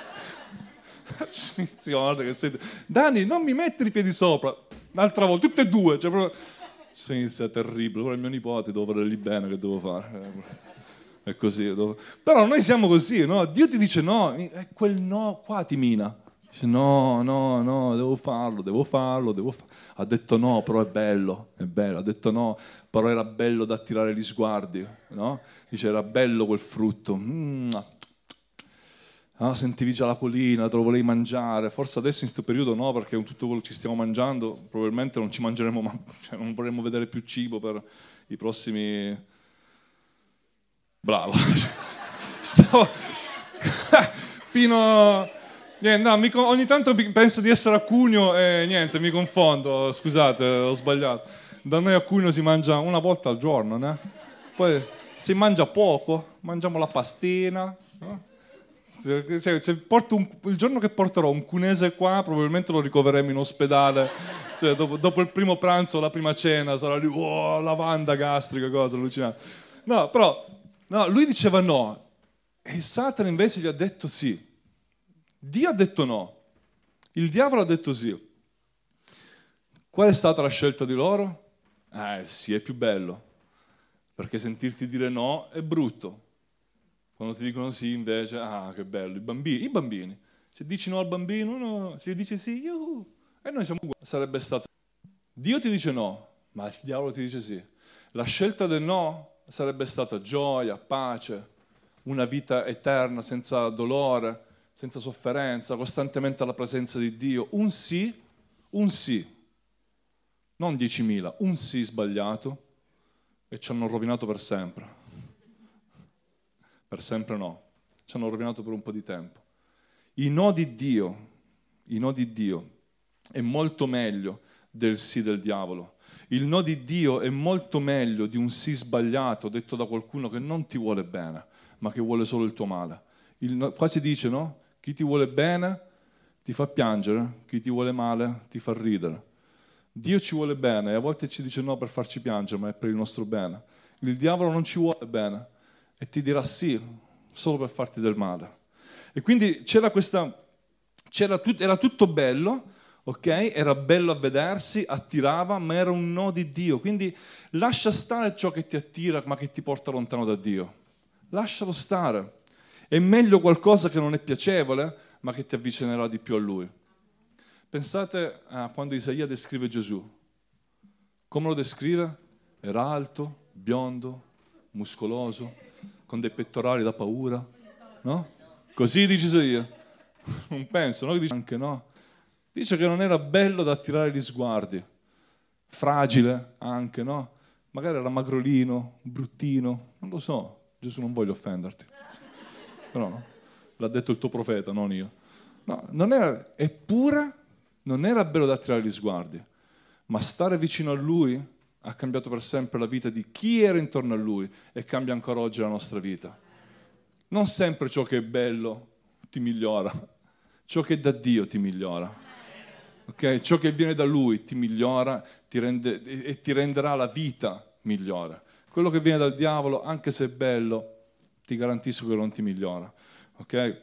che sei... Dani non mi metti i piedi sopra, un'altra volta, tutte e due, cioè proprio... Si inizia terribile, ora il mio nipote devo volergli bene, che devo fare? È così, devo... però noi siamo così, no? Dio ti dice no, e quel no qua ti mina. Dice no, no, no, devo farlo, devo farlo, devo farlo. Ha detto no, però è bello, è bello. Ha detto no, però era bello da attirare gli sguardi, no? Dice era bello quel frutto. Mm. Ah, sentivi già la colina, te lo volevi mangiare. Forse adesso in questo periodo no, perché con tutto quello che ci stiamo mangiando probabilmente non ci mangeremo, ma cioè, non vorremmo vedere più cibo per i prossimi... Bravo. Stavo... Fino... Niente, no, mi, ogni tanto penso di essere a Cuneo e niente, mi confondo, scusate, ho sbagliato. Da noi a Cuneo si mangia una volta al giorno, né? Poi si mangia poco, mangiamo la pastina. No? Se, se, se porto un, il giorno che porterò un cunese qua, probabilmente lo ricoveremo in ospedale. Cioè, dopo, dopo il primo pranzo, la prima cena, sarà lì, oh, lavanda gastrica, cosa allucinante. No, però, no, lui diceva no, e Satana invece gli ha detto sì. Dio ha detto no, il diavolo ha detto sì. Qual è stata la scelta di loro? Eh, sì, è più bello, perché sentirti dire no è brutto. Quando ti dicono sì, invece, ah, che bello, i bambini, i bambini. Se dici no al bambino, no, se dici sì, yuhu, e noi siamo uguali. Sarebbe stato... Dio ti dice no, ma il diavolo ti dice sì. La scelta del no sarebbe stata gioia, pace, una vita eterna senza dolore, senza sofferenza, costantemente alla presenza di Dio. Un sì, un sì, non diecimila, un sì sbagliato e ci hanno rovinato per sempre. Per sempre no, ci hanno rovinato per un po' di tempo. I no di Dio, i no di Dio è molto meglio del sì del diavolo. Il no di Dio è molto meglio di un sì sbagliato detto da qualcuno che non ti vuole bene, ma che vuole solo il tuo male. Il no, qua si dice, no? Chi ti vuole bene ti fa piangere, chi ti vuole male ti fa ridere. Dio ci vuole bene e a volte ci dice no per farci piangere, ma è per il nostro bene. Il diavolo non ci vuole bene e ti dirà sì solo per farti del male. E quindi c'era questa, c'era tut, era tutto bello, ok? Era bello a vedersi, attirava, ma era un no di Dio. Quindi lascia stare ciò che ti attira, ma che ti porta lontano da Dio. Lascialo stare. È meglio qualcosa che non è piacevole, ma che ti avvicinerà di più a Lui. Pensate a quando Isaia descrive Gesù. Come lo descrive? Era alto, biondo, muscoloso, con dei pettorali da paura, no? Così dice Isaia. Non penso, no? Dice anche no. Dice che non era bello da attirare gli sguardi. Fragile anche, no? Magari era magrolino, bruttino, non lo so. Gesù, non voglio offenderti. Però no. L'ha detto il tuo profeta, non io. No, non era, eppure non era bello da attirare gli sguardi, ma stare vicino a Lui ha cambiato per sempre la vita di chi era intorno a Lui e cambia ancora oggi la nostra vita. Non sempre ciò che è bello ti migliora, ciò che è da Dio ti migliora. Okay? Ciò che viene da Lui ti migliora ti rende, e ti renderà la vita migliore. Quello che viene dal diavolo, anche se è bello, ti garantisco che non ti migliora. Ok?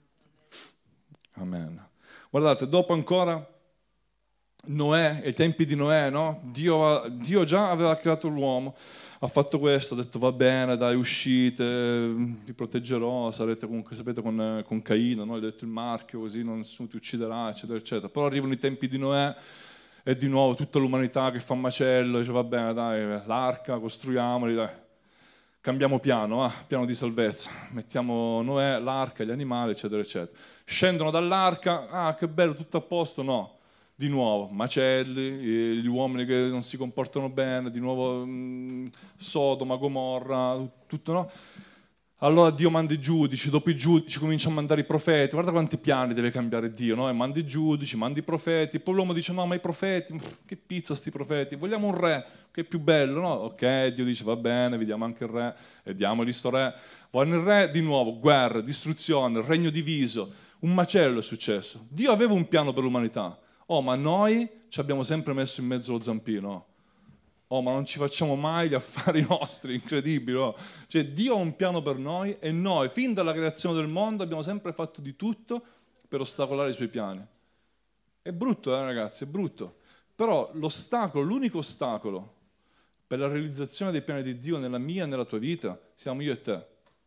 Amen. Guardate, dopo ancora Noè, ai tempi di Noè, no? Dio, Dio già aveva creato l'uomo, ha fatto questo, ha detto va bene, dai, uscite, vi proteggerò, sarete comunque, sapete, con, con Caino, no? Gli ha detto il marchio, così nessuno ti ucciderà, eccetera, eccetera. Però arrivano i tempi di Noè e di nuovo tutta l'umanità che fa macello, dice va bene, dai, l'arca, costruiamoli, dai. Cambiamo piano, ah, piano di salvezza, mettiamo Noè, l'arca, gli animali, eccetera, eccetera. Scendono dall'arca, ah, che bello, tutto a posto, no. Di nuovo, macelli, gli uomini che non si comportano bene, di nuovo mh, Sodoma, Gomorra, tutto, no? Allora Dio manda i giudici, dopo i giudici comincia a mandare i profeti, guarda quanti piani deve cambiare Dio, no? E manda i giudici, manda i profeti, poi l'uomo dice no, ma i profeti, che pizza sti profeti, vogliamo un re, che è più bello, no? Ok, Dio dice va bene, vediamo anche il re, e diamogli sto re. Vanno il re, di nuovo, guerra, distruzione, regno diviso, un macello è successo. Dio aveva un piano per l'umanità, oh ma noi ci abbiamo sempre messo in mezzo lo zampino. Oh, ma non ci facciamo mai gli affari nostri, incredibile. Oh. Cioè, Dio ha un piano per noi e noi, fin dalla creazione del mondo, abbiamo sempre fatto di tutto per ostacolare i suoi piani. È brutto, eh, ragazzi, è brutto. Però l'ostacolo, l'unico ostacolo per la realizzazione dei piani di Dio nella mia e nella tua vita, siamo io e te.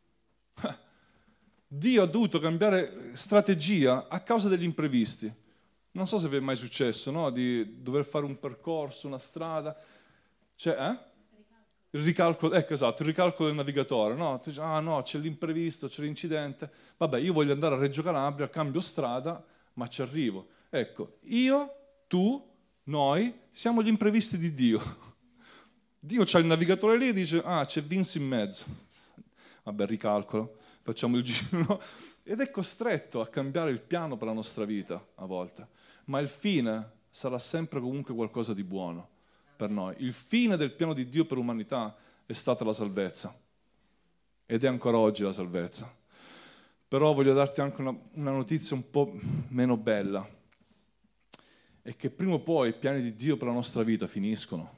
Dio ha dovuto cambiare strategia a causa degli imprevisti. Non so se vi è mai successo, no? Di dover fare un percorso, una strada. C'è, eh? Il ricalcolo, ecco esatto, il ricalcolo del navigatore, no? Tu dici, ah no, c'è l'imprevisto, c'è l'incidente, vabbè io voglio andare a Reggio Calabria, cambio strada, ma ci arrivo. Ecco, io, tu, noi siamo gli imprevisti di Dio. Dio c'ha il navigatore lì e dice, ah c'è Vince in mezzo, vabbè ricalcolo, facciamo il giro, ed è costretto a cambiare il piano per la nostra vita a volte, ma il fine sarà sempre comunque qualcosa di buono. Per noi. Il fine del piano di Dio per l'umanità è stata la salvezza ed è ancora oggi la salvezza. Però voglio darti anche una, una notizia un po' meno bella, è che prima o poi i piani di Dio per la nostra vita finiscono.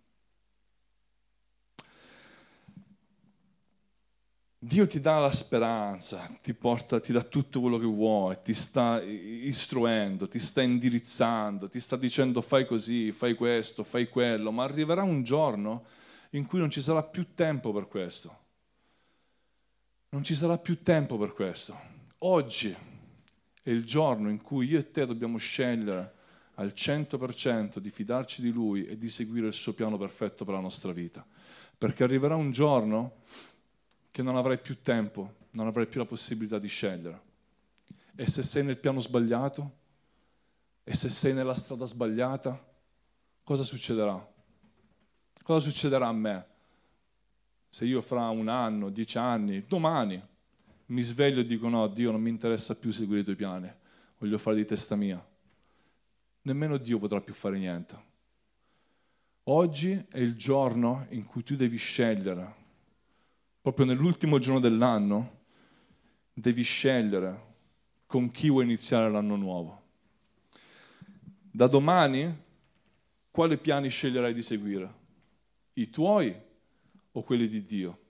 Dio ti dà la speranza, ti porta, ti dà tutto quello che vuoi, ti sta istruendo, ti sta indirizzando, ti sta dicendo fai così, fai questo, fai quello, ma arriverà un giorno in cui non ci sarà più tempo per questo. Non ci sarà più tempo per questo. Oggi è il giorno in cui io e te dobbiamo scegliere al cento per cento di fidarci di Lui e di seguire il suo piano perfetto per la nostra vita. Perché arriverà un giorno che non avrai più tempo, non avrai più la possibilità di scegliere. E se sei nel piano sbagliato, e se sei nella strada sbagliata, cosa succederà? Cosa succederà a me? Se io fra un anno, dieci anni, domani, mi sveglio e dico no, Dio non mi interessa più seguire i tuoi piani, voglio fare di testa mia. Nemmeno Dio potrà più fare niente. Oggi è il giorno in cui tu devi scegliere. Proprio nell'ultimo giorno dell'anno devi scegliere con chi vuoi iniziare l'anno nuovo. Da domani, quali piani sceglierai di seguire? I tuoi o quelli di Dio?